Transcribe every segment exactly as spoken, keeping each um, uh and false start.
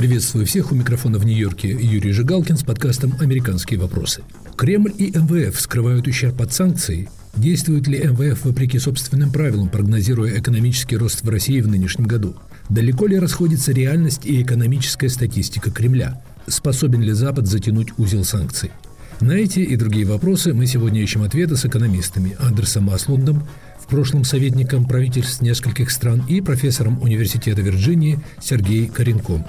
Приветствую всех, у микрофона в Нью-Йорке Юрий Жигалкин с подкастом «Американские вопросы». Кремль и эм вэ эф скрывают ущерб от санкций. Действует ли эм вэ эф вопреки собственным правилам, прогнозируя экономический рост в России в нынешнем году? Далеко ли расходится реальность и экономическая статистика Кремля? Способен ли Запад затянуть узел санкций? На эти и другие вопросы мы сегодня ищем ответы с экономистами Андерсом Аслундом, в прошлом советником правительств нескольких стран, и профессором Университета Вирджинии Сергеем Коренком.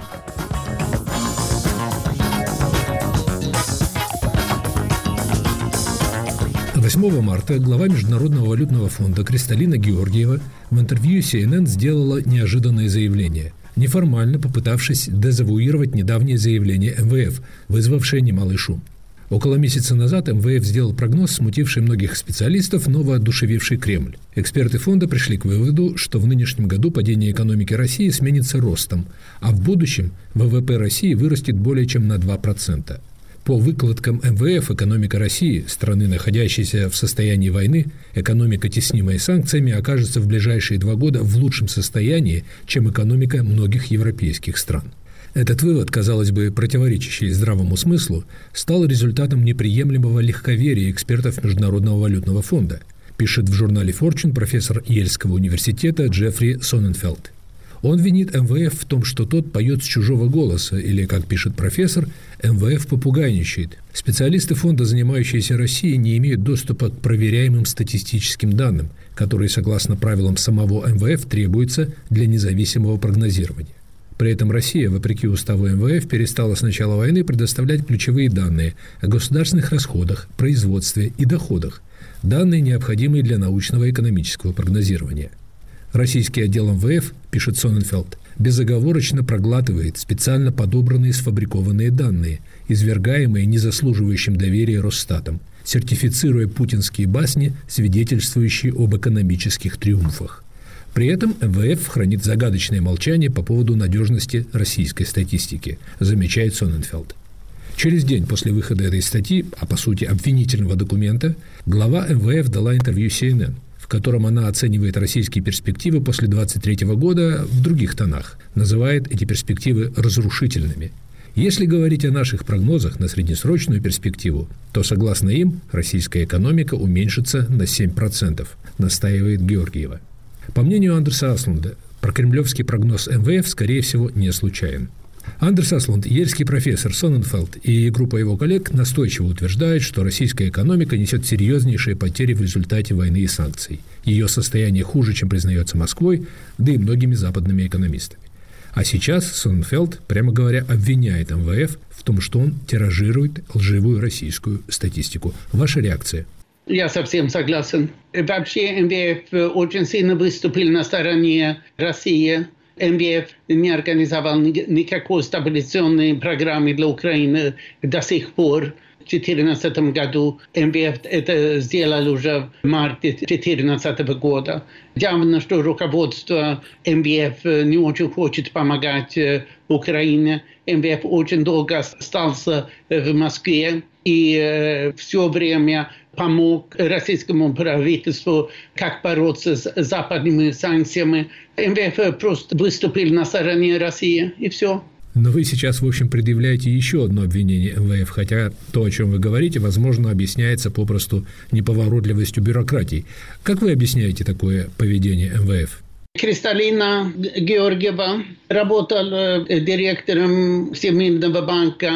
восьмого марта глава Международного валютного фонда Кристалина Георгиева в интервью си эн эн сделала неожиданное заявление, неформально попытавшись дезавуировать недавнее заявление эм вэ эф, вызвавшее немалый шум. Около месяца назад эм вэ эф сделал прогноз, смутивший многих специалистов, но воодушевивший Кремль. Эксперты фонда пришли к выводу, что в нынешнем году падение экономики России сменится ростом, а в будущем вэ вэ пэ России вырастет более чем на два процента. По выкладкам эм вэ эф, экономика России, страны, находящейся в состоянии войны, экономика, теснимая санкциями, окажется в ближайшие два года в лучшем состоянии, чем экономика многих европейских стран. Этот вывод, казалось бы, противоречащий здравому смыслу, стал результатом неприемлемого легковерия экспертов Международного валютного фонда, пишет в журнале Fortune профессор Йельского университета Джеффри Соненфелд. Он винит эм вэ эф в том, что тот поет с чужого голоса, или, как пишет профессор, эм вэ эф попугайничает. Специалисты фонда, занимающиеся Россией, не имеют доступа к проверяемым статистическим данным, которые, согласно правилам самого эм вэ эф, требуются для независимого прогнозирования. При этом Россия, вопреки уставу эм вэ эф, перестала с начала войны предоставлять ключевые данные о государственных расходах, производстве и доходах, данные, необходимые для научного и экономического прогнозирования. Российский отдел эм вэ эф, пишет Соненфелд, безоговорочно проглатывает специально подобранные сфабрикованные данные, извергаемые незаслуживающим доверия Росстатом, сертифицируя путинские басни, свидетельствующие об экономических триумфах. При этом эм вэ эф хранит загадочное молчание по поводу надежности российской статистики, замечает Соненфелд. Через день после выхода этой статьи, а по сути обвинительного документа, глава эм вэ эф дала интервью си эн эн, в котором она оценивает российские перспективы после двадцать третьего года в других тонах, называет эти перспективы разрушительными. Если говорить о наших прогнозах на среднесрочную перспективу, то, согласно им, российская экономика уменьшится на семь процентов, настаивает Георгиева. По мнению Андерса Аслунда, прокремлевский прогноз эм вэ эф, скорее всего, не случайен. Андерс Аслунд, йельский профессор Соненфелд и группа его коллег настойчиво утверждают, что российская экономика несет серьезнейшие потери в результате войны и санкций. Ее состояние хуже, чем признается Москвой, да и многими западными экономистами. А сейчас Соненфелд, прямо говоря, обвиняет эм вэ эф в том, что он тиражирует лживую российскую статистику. Ваша реакция? Я совсем согласен. Вообще эм вэ эф очень сильно выступил на стороне России. эм вэ эф не организовал никакой стабилизационной программы для Украины до сих пор. В две тысячи четырнадцатом году эм вэ эф это сделал уже в марте две тысячи четырнадцатого года. Явно, что руководство эм вэ эф не очень хочет помогать Украине. эм вэ эф очень долго остался в Москве и э, все время помог российскому правительству, как бороться с западными санкциями. эм вэ эф просто выступил на стороне России, и все. Но вы сейчас, в общем, предъявляете еще одно обвинение эм вэ эф, хотя то, о чем вы говорите, возможно, объясняется попросту неповоротливостью бюрократии. Как вы объясняете такое поведение эм вэ эф? Кристалина Георгиева работала директором Всемирного банка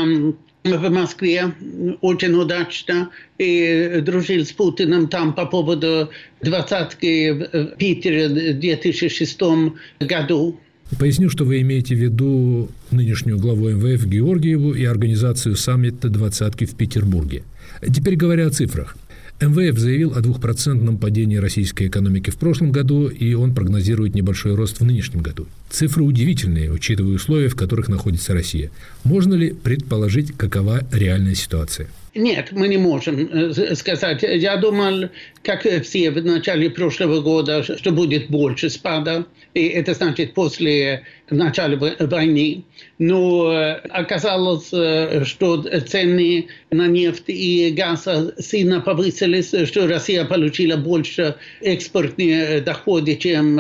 в Москве очень удачно и дружил с Путиным там по поводу двадцатки в Питере в две тысячи шестом году. Поясню, что вы имеете в виду нынешнюю главу эм вэ эф Георгиеву и организацию саммита двадцатки в Петербурге. Теперь говоря о цифрах. эм вэ эф заявил о двухпроцентном падении российской экономики в прошлом году, и он прогнозирует небольшой рост в нынешнем году. Цифры удивительные, учитывая условия, в которых находится Россия. Можно ли предположить, какова реальная ситуация? Нет, мы не можем сказать. Я думал, как все в начале прошлого года, что будет больше спада. И это значит после начала войны. Но оказалось, что цены на нефть и газ сильно повысились, что Россия получила больше экспортных доходов, чем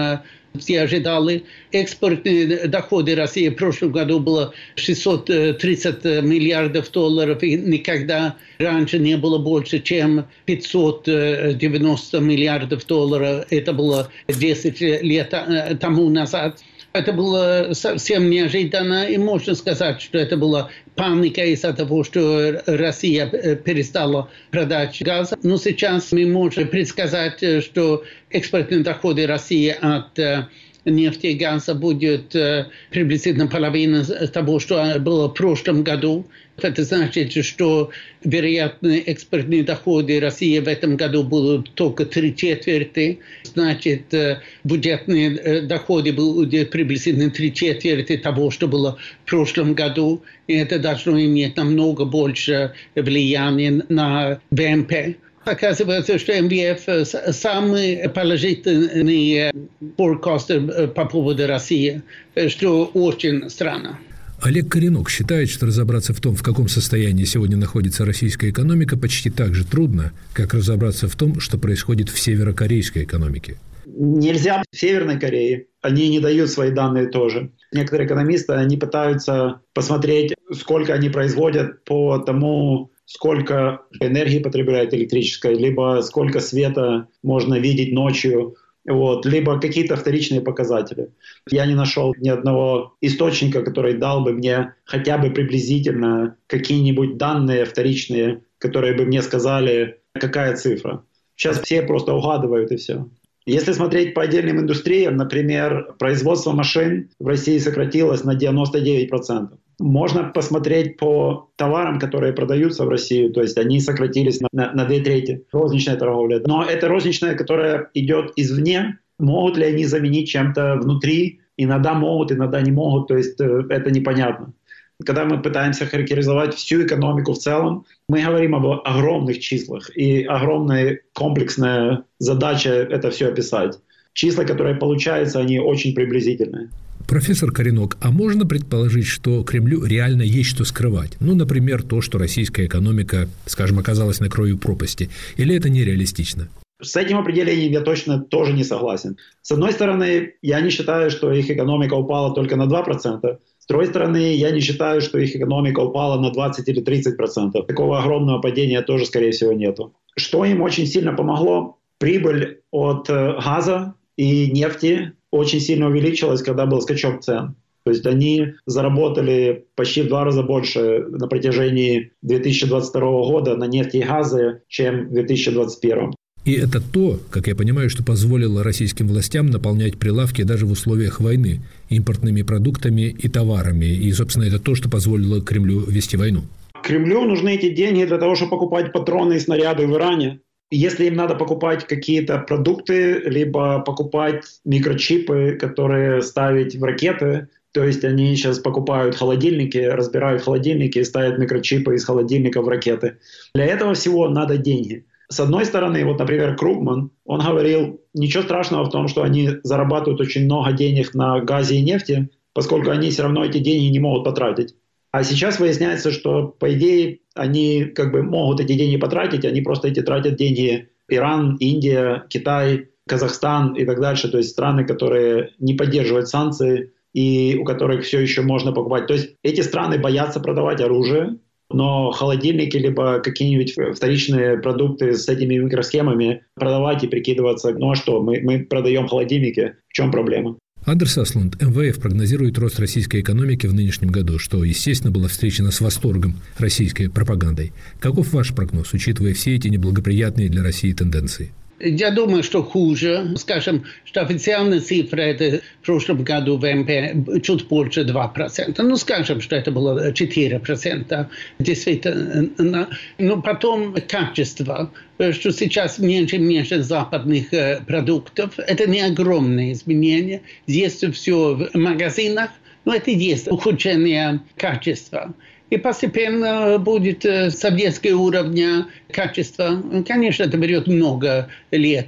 все ожидали. Экспортные доходы России в прошлом году было шестьсот тридцать миллиардов долларов, и никогда раньше не было больше, чем пятьсот девяносто миллиардов долларов. Это было десять лет тому назад. Это было совсем неожиданно, и можно сказать, что это была паника из-за того, что Россия перестала продать газ. Но сейчас мы можем предсказать, что экспортные доходы России от нефти и газа будет приблизительно половина того, что было в прошлом году. Это значит, что, вероятно, экспортные доходы России в этом году будут только три четверти. Значит, бюджетные доходы будут приблизительно три четверти того, что было в прошлом году. И это должно иметь намного больше влияния на ВМП. Оказывается, что эм вэ эф самый положительный форкастер по поводу России, что очень странно. Олег Коренок считает, что разобраться в том, в каком состоянии сегодня находится российская экономика, почти так же трудно, как разобраться в том, что происходит в северокорейской экономике. Нельзя в Северной Корее. Они не дают свои данные тоже. Некоторые экономисты, они пытаются посмотреть, сколько они производят по тому, сколько энергии потребляет электрической, либо сколько света можно видеть ночью. Вот, либо какие-то вторичные показатели. Я не нашел ни одного источника, который дал бы мне хотя бы приблизительно какие-нибудь данные вторичные, которые бы мне сказали, какая цифра. Сейчас все просто угадывают и все. Если смотреть по отдельным индустриям, например, производство машин в России сократилось на девяносто девять процентов. Можно посмотреть по товарам, которые продаются в Россию, то есть они сократились на, на, на две трети. Розничная торговля. Но это розничная, которая идет извне. Могут ли они заменить чем-то внутри? Иногда могут, иногда не могут. То есть это непонятно. Когда мы пытаемся характеризовать всю экономику в целом, мы говорим об огромных числах. И огромная комплексная задача это все описать. Числа, которые получаются, они очень приблизительные. Профессор Коренок, а можно предположить, что Кремлю реально есть что скрывать? Ну, например, то, что российская экономика, скажем, оказалась на краю пропасти. Или это нереалистично? С этим определением я точно тоже не согласен. С одной стороны, я не считаю, что их экономика упала только на два процента. С другой стороны, я не считаю, что их экономика упала на двадцать или тридцать процентов. Такого огромного падения тоже, скорее всего, нету. Что им очень сильно помогло? Прибыль от газа и нефти очень сильно увеличилась, когда был скачок цен. То есть они заработали почти в два раза больше на протяжении две тысячи двадцать второго года на нефти и газы, чем в две тысячи двадцать первом. И это то, как я понимаю, что позволило российским властям наполнять прилавки даже в условиях войны импортными продуктами и товарами. И, собственно, это то, что позволило Кремлю вести войну. Кремлю нужны эти деньги для того, чтобы покупать патроны и снаряды в Иране. Если им надо покупать какие-то продукты, либо покупать микрочипы, которые ставить в ракеты, то есть они сейчас покупают холодильники, разбирают холодильники и ставят микрочипы из холодильника в ракеты. Для этого всего надо деньги. С одной стороны, вот, например, Кругман, он говорил, ничего страшного в том, что они зарабатывают очень много денег на газе и нефти, поскольку они все равно эти деньги не могут потратить. А сейчас выясняется, что, по идее, они как бы могут эти деньги потратить, они просто эти тратят деньги Иран, Индия, Китай, Казахстан и так дальше. То есть страны, которые не поддерживают санкции и у которых все еще можно покупать. То есть эти страны боятся продавать оружие, но холодильники либо какие-нибудь вторичные продукты с этими микросхемами продавать и прикидываться, ну а что, мы, мы продаем холодильники, в чем проблема? Андерс Аслунд, эм вэ эф прогнозирует рост российской экономики в нынешнем году, что, естественно, было встречено с восторгом российской пропагандой. Каков ваш прогноз, учитывая все эти неблагоприятные для России тенденции? Я думаю, что хуже. Скажем, что официальная цифра это в прошлом году ВМП чуть больше два процента. Ну, скажем, что это было четыре процента. Действительно. Но потом качество, что сейчас меньше и меньше западных продуктов. Это не огромные изменения. Есть все в магазинах, но это есть ухудшение качества. И постепенно будет советского уровня качества. Конечно, это берет много лет.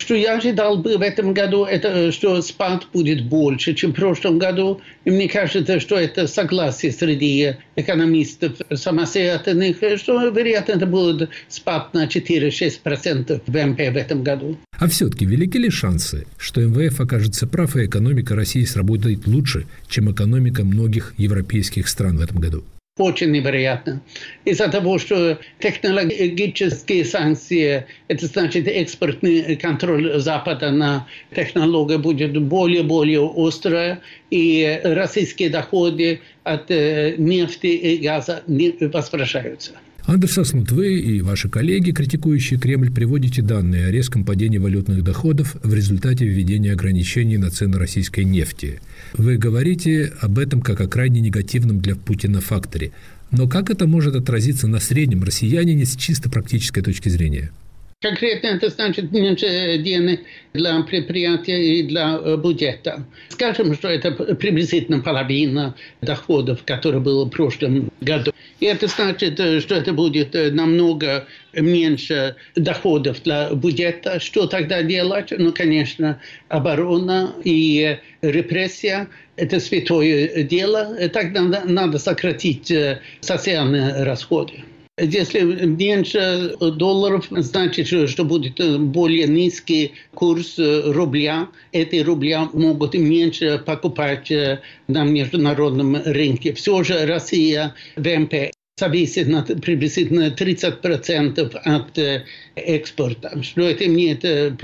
Что я ожидал бы в этом году, это что спад будет больше, чем в прошлом году. И мне кажется, что это согласие среди экономистов самостоятельных, что, вероятно, это будет спад на четыре-шесть процентов вэ эм пэ в этом году. А все-таки велики ли шансы, что эм вэ эф окажется прав, и экономика России сработает лучше, чем экономика многих европейских стран в этом году? Очень невероятно. Из-за того, что технологические санкции, это значит экспортный контроль Запада на технологии будет более-более острый, и российские доходы от нефти и газа не возвращаются. Андерс Аслунд, вы и ваши коллеги, критикующие Кремль, приводите данные о резком падении валютных доходов в результате введения ограничений на цены российской нефти. Вы говорите об этом как о крайне негативном для Путина факторе. Но как это может отразиться на среднем россиянине с чисто практической точки зрения? Конкретно это значит меньше денег для предприятия и для бюджета. Скажем, что это приблизительно половина доходов, которые было в прошлом году. И это значит, что это будет намного меньше доходов для бюджета. Что тогда делать? Ну, конечно, оборона и репрессия – это святое дело. Тогда надо сократить социальные расходы. Если меньше долларов, значит, что будет более низкий курс рубля. Эти рубля могут меньше покупать на международном рынке. Все же Россия, вэ эм пэ, зависит на приблизительно тридцать процентов от экспорта, что это имеет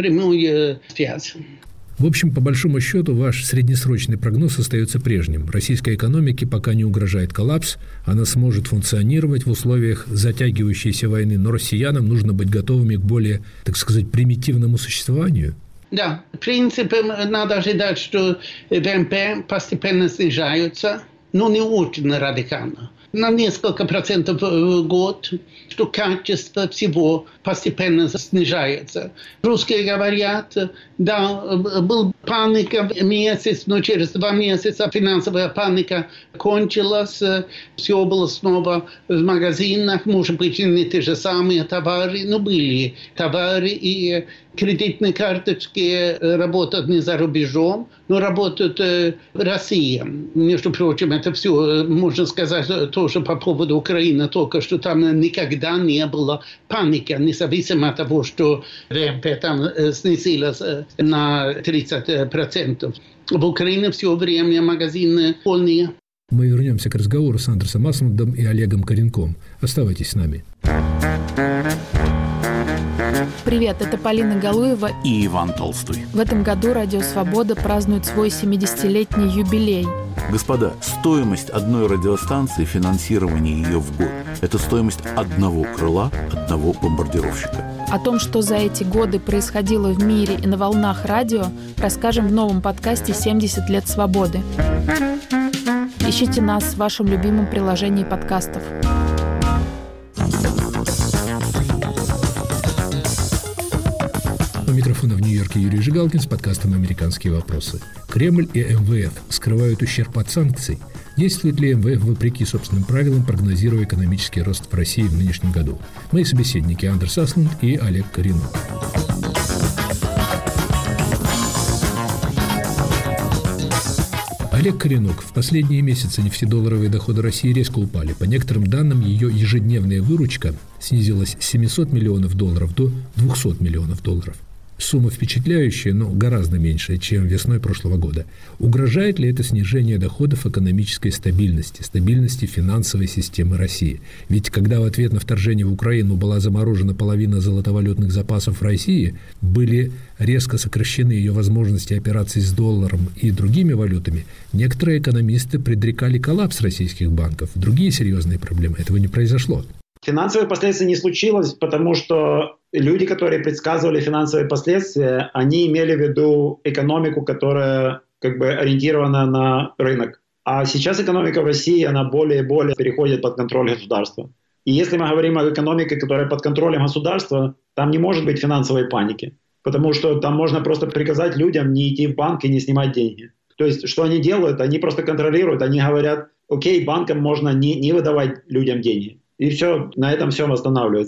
прямую связь. В общем, по большому счету, ваш среднесрочный прогноз остается прежним. Российской экономике пока не угрожает коллапс, она сможет функционировать в условиях затягивающейся войны, но россиянам нужно быть готовыми к более, так сказать, примитивному существованию. Да, в принципе, надо ожидать, что вэ эм пэ постепенно снижаются, но не очень радикально. На несколько процентов в год, что качество всего постепенно снижается. Русские говорят, да, был паника в месяц, но через два месяца финансовая паника кончилась, все было снова в магазинах, может быть, не те же самые товары, но были товары, и кредитные карточки работают не за рубежом, но работают в России. Между прочим, это все, можно сказать, тоже по поводу Украины, только что там никогда не было паники, независимо от того, что вэ эм пэ там снизилась на тридцать процентов. В Украине все время магазины полные. Мы вернемся к разговору с Андерсом Аслундом и Олегом Коренком. Оставайтесь с нами. Привет, это Полина Галуева и Иван Толстой. В этом году Радио Свобода празднует свой семидесятилетний юбилей. Господа, стоимость одной радиостанции, финансирование ее в год – это стоимость одного крыла, одного бомбардировщика. О том, что за эти годы происходило в мире и на волнах радио, расскажем в новом подкасте «семьдесят лет свободы». Ищите нас в вашем любимом приложении подкастов. У микрофона в Нью-Йорке Юрий Жигалкин с подкастом «Американские вопросы». Кремль и эм вэ эф скрывают ущерб от санкций. Действует ли эм вэ эф вопреки собственным правилам, прогнозируя экономический рост в России в нынешнем году? Мои собеседники Андерс Аслунд и Олег Коренок. Олег Коренок. В последние месяцы нефтедолларовые доходы России резко упали. По некоторым данным, ее ежедневная выручка снизилась с семисот миллионов долларов до двухсот миллионов долларов. Сумма впечатляющая, но гораздо меньшая, чем весной прошлого года. Угрожает ли это снижение доходов экономической стабильности, стабильности финансовой системы России? Ведь когда в ответ на вторжение в Украину была заморожена половина золотовалютных запасов России, были резко сокращены ее возможности операций с долларом и другими валютами, некоторые экономисты предрекали коллапс российских банков. Другие серьезные проблемы. Этого не произошло. Финансовых последствий не случилось, потому что люди, которые предсказывали финансовые последствия, они имели в виду экономику, которая как бы ориентирована на рынок. А сейчас экономика в России, она более и более переходит под контроль государства. И если мы говорим о экономике, которая под контролем государства, там не может быть финансовой паники. Потому что там можно просто приказать людям не идти в банк и не снимать деньги. То есть, что они делают? Они просто контролируют, они говорят, окей, банкам можно не, не выдавать людям деньги. И все, на этом все восстанавливается.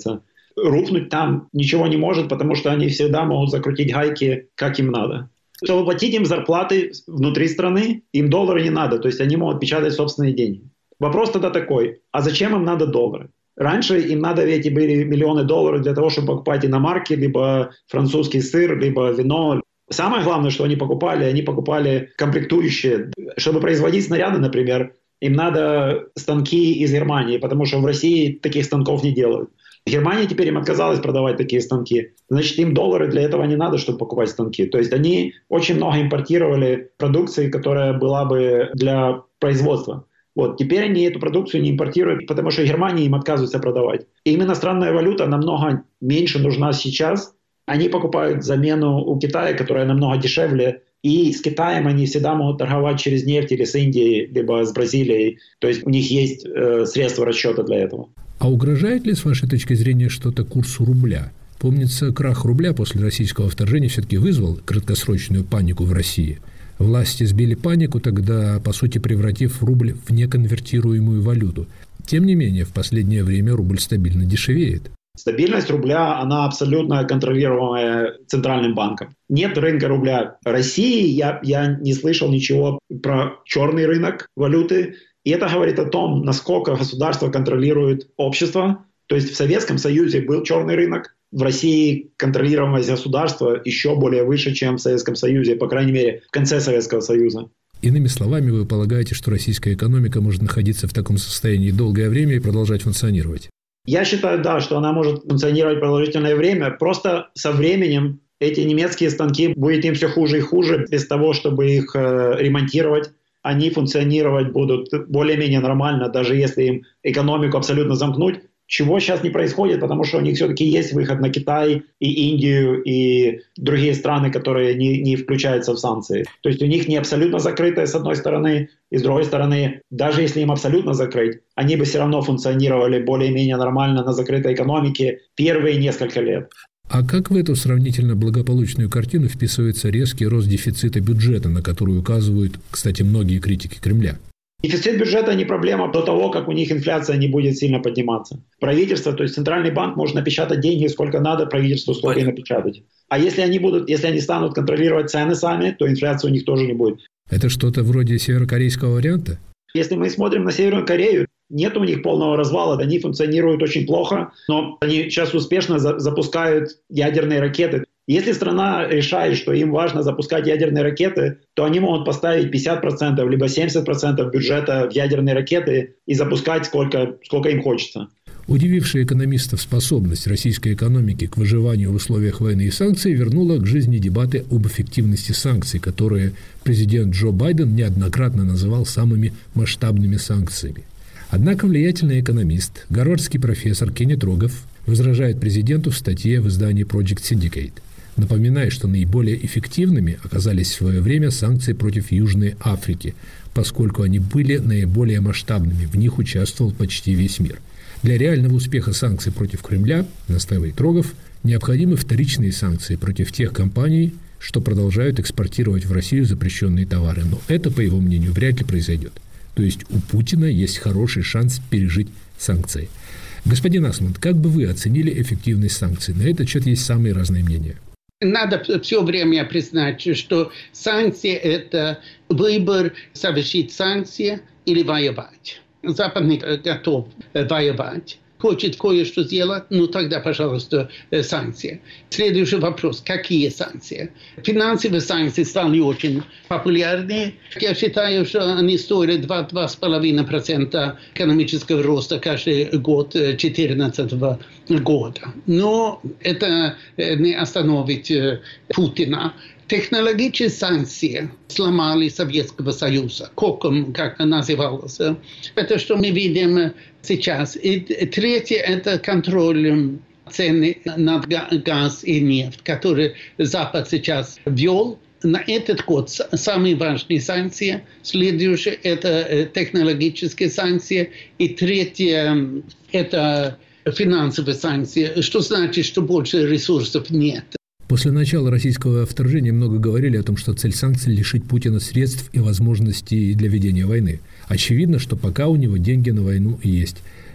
рухнуть там ничего не может, потому что они всегда могут закрутить гайки, как им надо. Чтобы платить им зарплаты внутри страны, им доллары не надо, то есть они могут печатать собственные деньги. Вопрос тогда такой, а зачем им надо доллары? Раньше им надо эти были миллионы долларов для того, чтобы покупать иномарки, либо французский сыр, либо вино. Самое главное, что они покупали, они покупали комплектующие. Чтобы производить снаряды, например, им надо станки из Германии, потому что в России таких станков не делают. Германия теперь им отказалась продавать такие станки. Значит, им доллары для этого не надо, чтобы покупать станки. То есть они очень много импортировали продукции, которая была бы для производства. Вот. Теперь они эту продукцию не импортируют, потому что Германия им отказывается продавать. И им иностранная валюта намного меньше нужна сейчас. Они покупают замену у Китая, которая намного дешевле. И с Китаем они всегда могут торговать через нефть или с Индией, либо с Бразилией. То есть у них есть э, средства расчета для этого. А угрожает ли, с вашей точки зрения, что-то курсу рубля? Помнится, крах рубля после российского вторжения все-таки вызвал краткосрочную панику в России. Власти сбили панику, тогда, по сути, превратив рубль в неконвертируемую валюту. Тем не менее, в последнее время рубль стабильно дешевеет. Стабильность рубля, она абсолютно контролируемая Центральным банком. Нет рынка рубля в России. Я, я не слышал ничего про черный рынок валюты. И это говорит о том, насколько государство контролирует общество. То есть в Советском Союзе был черный рынок. В России контролируемость государства еще более выше, чем в Советском Союзе, по крайней мере, в конце Советского Союза. Иными словами, вы полагаете, что российская экономика может находиться в таком состоянии долгое время и продолжать функционировать? Я считаю, да, что она может функционировать продолжительное время. Просто со временем эти немецкие станки будет им все хуже и хуже. Без того, чтобы их э, ремонтировать, они функционировать будут более-менее нормально, даже если им экономику абсолютно замкнуть. Чего сейчас не происходит, потому что у них все-таки есть выход на Китай и Индию и другие страны, которые не, не включаются в санкции. То есть у них не абсолютно закрытые с одной стороны, и с другой стороны, даже если им абсолютно закрыть, они бы все равно функционировали более-менее нормально на закрытой экономике первые несколько лет. А как в эту сравнительно благополучную картину вписывается резкий рост дефицита бюджета, на который указывают, кстати, многие критики Кремля? Дефицит бюджета не проблема до того, как у них инфляция не будет сильно подниматься. Правительство, то есть Центральный банк может напечатать деньги сколько надо, правительству столько и напечатать. А если они будут, если они станут контролировать цены сами, то инфляции у них тоже не будет. Это что-то вроде северокорейского варианта? Если мы смотрим на Северную Корею, нет у них полного развала, они функционируют очень плохо, но они сейчас успешно за- запускают ядерные ракеты. Если страна решает, что им важно запускать ядерные ракеты, то они могут поставить пятьдесят процентов либо семьдесят процентов бюджета в ядерные ракеты и запускать сколько, сколько им хочется. Удивившая экономистов способность российской экономики к выживанию в условиях войны и санкций вернула к жизни дебаты об эффективности санкций, которые президент Джо Байден неоднократно называл самыми масштабными санкциями. Однако влиятельный экономист, гарвардский профессор Кеннет Рогов возражает президенту в статье в издании Project Syndicate, напоминая, что наиболее эффективными оказались в свое время санкции против Южной Африки, поскольку они были наиболее масштабными, в них участвовал почти весь мир. Для реального успеха санкций против Кремля, настаивает Рогов, необходимы вторичные санкции против тех компаний, что продолжают экспортировать в Россию запрещенные товары. Но это, по его мнению, вряд ли произойдет. То есть у Путина есть хороший шанс пережить санкции. Господин Асмунд, как бы вы оценили эффективность санкций? На этот счет есть самые разные мнения. Надо все время признать, что санкции – это выбор совершить санкции или воевать. Западный готов воевать, хочет кое-что сделать, ну тогда, пожалуйста, санкции. Следующий вопрос. Какие санкции? Финансовые санкции стали очень популярны. Я считаю, что они стоили два-два с половиной процента экономического роста каждый год две тысячи четырнадцатого года. Но это не остановит Путина. Технологические санкции сломали Советского Союза, коком, как называлось. Это что мы видим сейчас. И третье – это контроль цены на газ и нефть, который Запад сейчас ввел. На этот год самые важные санкции. Следующее – это технологические санкции. И третье – это финансовые санкции, что значит, что больше ресурсов нет. После начала российского вторжения много говорили о том, что цель санкций – лишить Путина средств и возможностей для ведения войны. Очевидно, что пока у него деньги на войну есть.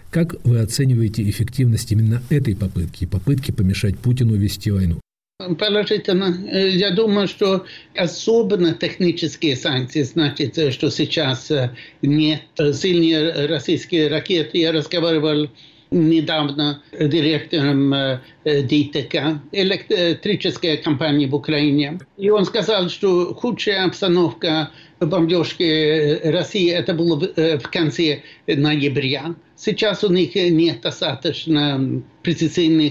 Как вы оцениваете эффективность именно этой попытки, попытки помешать Путину вести войну? Положительно. Я думаю, что особенно технические санкции, значит, что сейчас нет сильные российские ракеты. Я разговаривал недавно с директором ДИТЭКа, электрической компании в Украине. И он сказал, что худшая обстановка бомбежки России это было в конце ноября. Сейчас у них нет достаточно прецизийных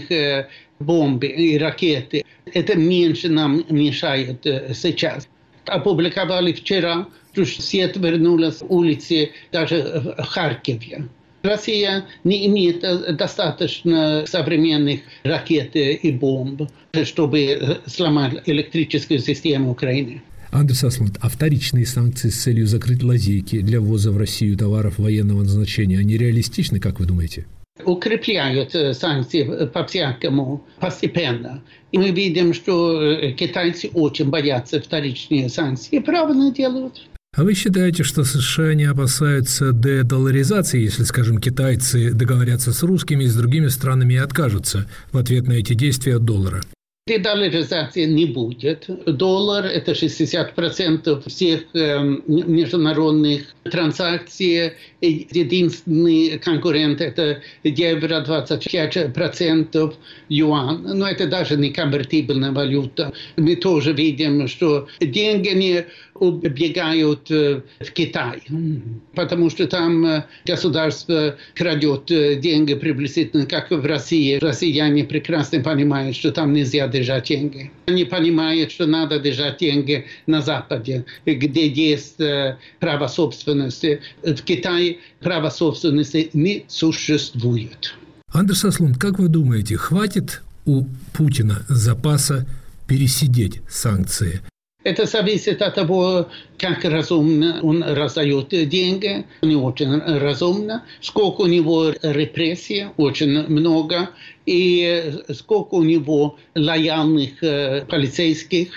бомб и ракет. Это меньше нам мешает сейчас. Опубликовали вчера, что свет вернулся с улицы даже в Харькове. Россия не имеет достаточно современных ракет и бомб, чтобы сломать электрическую систему Украины. Андрей Асланд, а вторичные санкции с целью закрыть лазейки для ввоза в Россию товаров военного назначения, они реалистичны, как вы думаете? Укрепляют санкции по-всякому, постепенно. И мы видим, что китайцы очень боятся вторичные санкции и правильно делают. А вы считаете, что США не опасаются дедолларизации, если, скажем, китайцы договорятся с русскими и с другими странами и откажутся в ответ на эти действия от доллара? Дедолларизации не будет. Доллар – это шестьдесят процентов всех э, международных транзакций. Единственный конкурент – это евро, двадцать пять процентов, юань. Но это даже не конвертибельная валюта. Мы тоже видим, что деньги не убегают в Китай, потому что там государство крадет деньги приблизительно как в России. Россияне прекрасно понимают, что там нельзя держать деньги. Они понимают, что надо держать деньги на Западе, где есть право собственности. В Китае права собственности не существует. Андрей Асланд, как вы думаете, хватит у Путина запаса пересидеть санкции? Это зависит от того, как разумно он раздает деньги, не очень разумно, сколько у него репрессий, очень много, и сколько у него лояльных полицейских,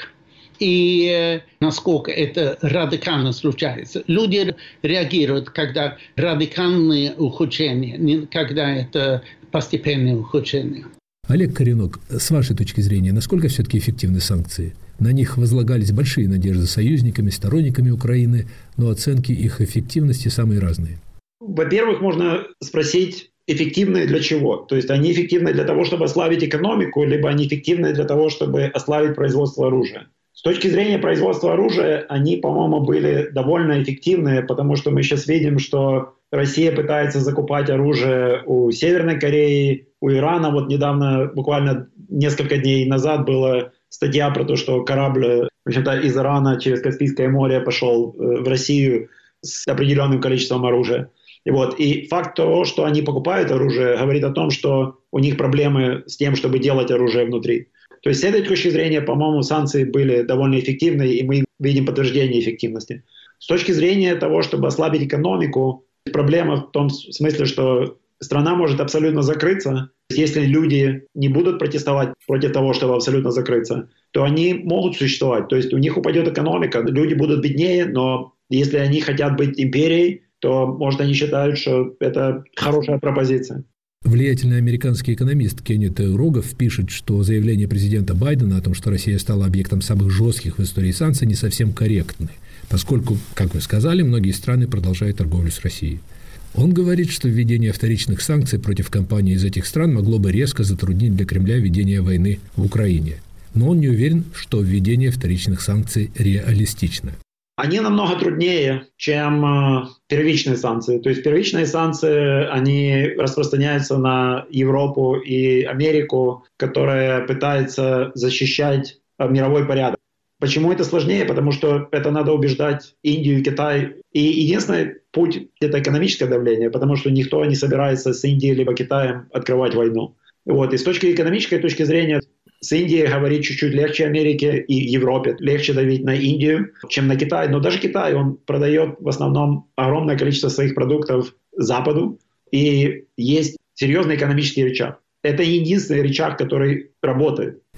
и насколько это радикально случается. Люди реагируют, когда радикальные ухудшения, не когда это постепенное ухудшение. Олег Коренок, с вашей точки зрения, насколько все-таки эффективны санкции? На них возлагались большие надежды союзниками, сторонниками Украины, но оценки их эффективности самые разные. Во-первых, можно спросить, эффективны для чего? То есть они эффективны для того, чтобы ослабить экономику, либо они эффективны для того, чтобы ослабить производство оружия? С точки зрения производства оружия, они, по-моему, были довольно эффективны, потому что мы сейчас видим, что Россия пытается закупать оружие у Северной Кореи, у Ирана. Вот недавно, буквально несколько дней назад, была статья про то, что корабль, в общем-то, из Ирана через Каспийское море пошел в Россию с определенным количеством оружия. И, вот, и факт того, что они покупают оружие, говорит о том, что у них проблемы с тем, чтобы делать оружие внутри. То есть с этой точки зрения, по-моему, санкции были довольно эффективны, и мы видим подтверждение эффективности. С точки зрения того, чтобы ослабить экономику, проблема в том смысле, что страна может абсолютно закрыться. Если люди не будут протестовать против того, чтобы абсолютно закрыться, то они могут существовать. То есть у них упадет экономика, люди будут беднее, но если они хотят быть империей, то, может, они считают, что это хорошая пропозиция. Влиятельный американский экономист Кеннет Рогов пишет, что заявление президента Байдена о том, что Россия стала объектом самых жестких в истории санкций, не совсем корректны, поскольку, как вы сказали, многие страны продолжают торговлю с Россией. Он говорит, что введение вторичных санкций против компаний из этих стран могло бы резко затруднить для Кремля ведение войны в Украине. Но он не уверен, что введение вторичных санкций реалистично. Они намного труднее, чем первичные санкции. То есть первичные санкции, они распространяются на Европу и Америку, которая пытается защищать мировой порядок. Почему это сложнее? Потому что это надо убеждать Индию и Китай. И единственный путь – это экономическое давление, потому что никто не собирается с Индией либо Китаем открывать войну. Вот. И с точки экономической точки зрения, с Индией говорить чуть-чуть легче Америке и Европе. Легче давить на Индию, чем на Китай. Но даже Китай, он продает в основном огромное количество своих продуктов Западу. И есть серьезный экономический рычаг. Это единственный рычаг, который работает.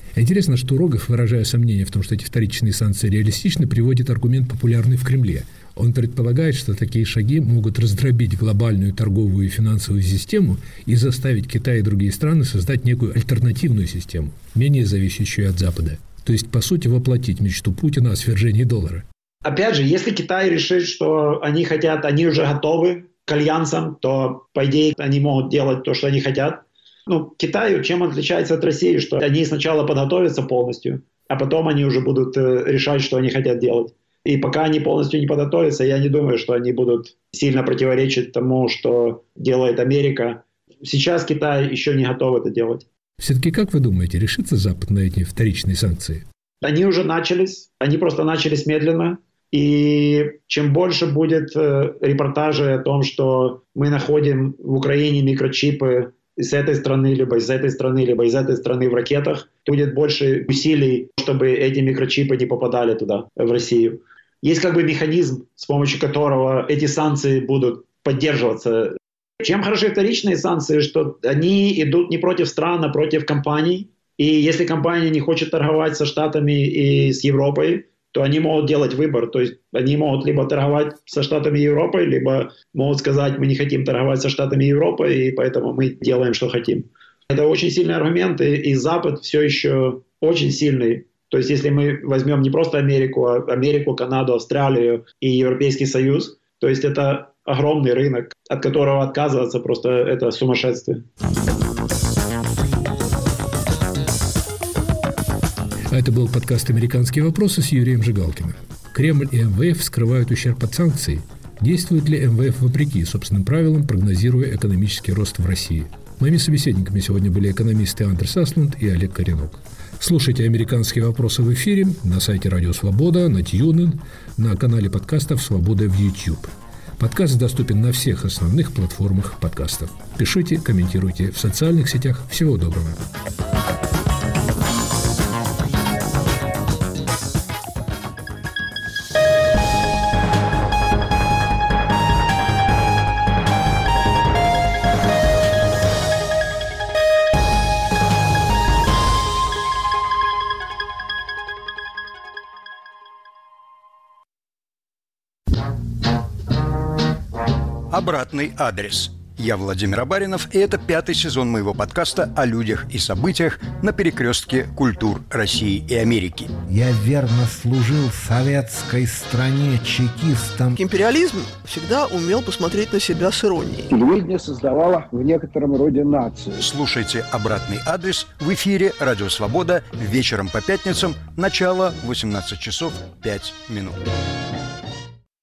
Интересно, что Рогов, выражая сомнение в том, что эти вторичные санкции реалистичны, приводит аргумент, популярный в Кремле. Он предполагает, что такие шаги могут раздробить глобальную торговую и финансовую систему и заставить Китай и другие страны создать некую альтернативную систему, менее зависящую от Запада. То есть, по сути, воплотить мечту Путина о свержении доллара. Опять же, если Китай решит, что они хотят, они уже готовы к альянсам, то, по идее, они могут делать то, что они хотят. Ну, Китай, чем он отличается от России, что они сначала подготовятся полностью, а потом они уже будут решать, что они хотят делать. И пока они полностью не подготовятся, я не думаю, что они будут сильно противоречить тому, что делает Америка. Сейчас Китай еще не готов это делать. Все-таки, как вы думаете, решится Запад на эти вторичные санкции? Они уже начались, они просто начались медленно. И чем больше будет репортажей о том, что мы находим в Украине микрочипы из этой страны, либо из этой страны, либо из этой страны в ракетах, будет больше усилий, чтобы эти микрочипы не попадали туда, в Россию. Есть как бы механизм, с помощью которого эти санкции будут поддерживаться. Чем хороши вторичные санкции, что они идут не против стран, а против компаний. И если компания не хочет торговать со Штатами и с Европой, то они могут делать выбор. То есть они могут либо торговать со Штатами и Европой, либо могут сказать, мы не хотим торговать со Штатами и Европой, и поэтому мы делаем, что хотим. Это очень сильный аргумент, и, и Запад все еще очень сильный. То есть если мы возьмем не просто Америку, а Америку, Канаду, Австралию и Европейский Союз, то есть это огромный рынок, от которого отказываться просто это сумасшествие. А это был подкаст «Американские вопросы» с Юрием Жигалкиным. Кремль и эм вэ эф скрывают ущерб от санкций. Действует ли эм вэ эф вопреки собственным правилам, прогнозируя экономический рост в России? Моими собеседниками сегодня были экономисты Андерс Аслунд и Олег Коренок. Слушайте «Американские вопросы» в эфире на сайте Радио Свобода, на TuneIn, на канале подкастов «Свобода» в YouTube. Подкаст доступен на всех основных платформах подкастов. Пишите, комментируйте в социальных сетях. Всего доброго. Обратный адрес. Я Владимир Абаринов, и это пятый сезон моего подкаста о людях и событиях на перекрестке культур России и Америки. Я верно служил советской стране чекистом. Империализм всегда умел посмотреть на себя с иронией. Телевидение создавало в некотором роде нацию. Слушайте «Обратный адрес» в эфире «Радио Свобода» вечером по пятницам, начало восемнадцать часов пять минут.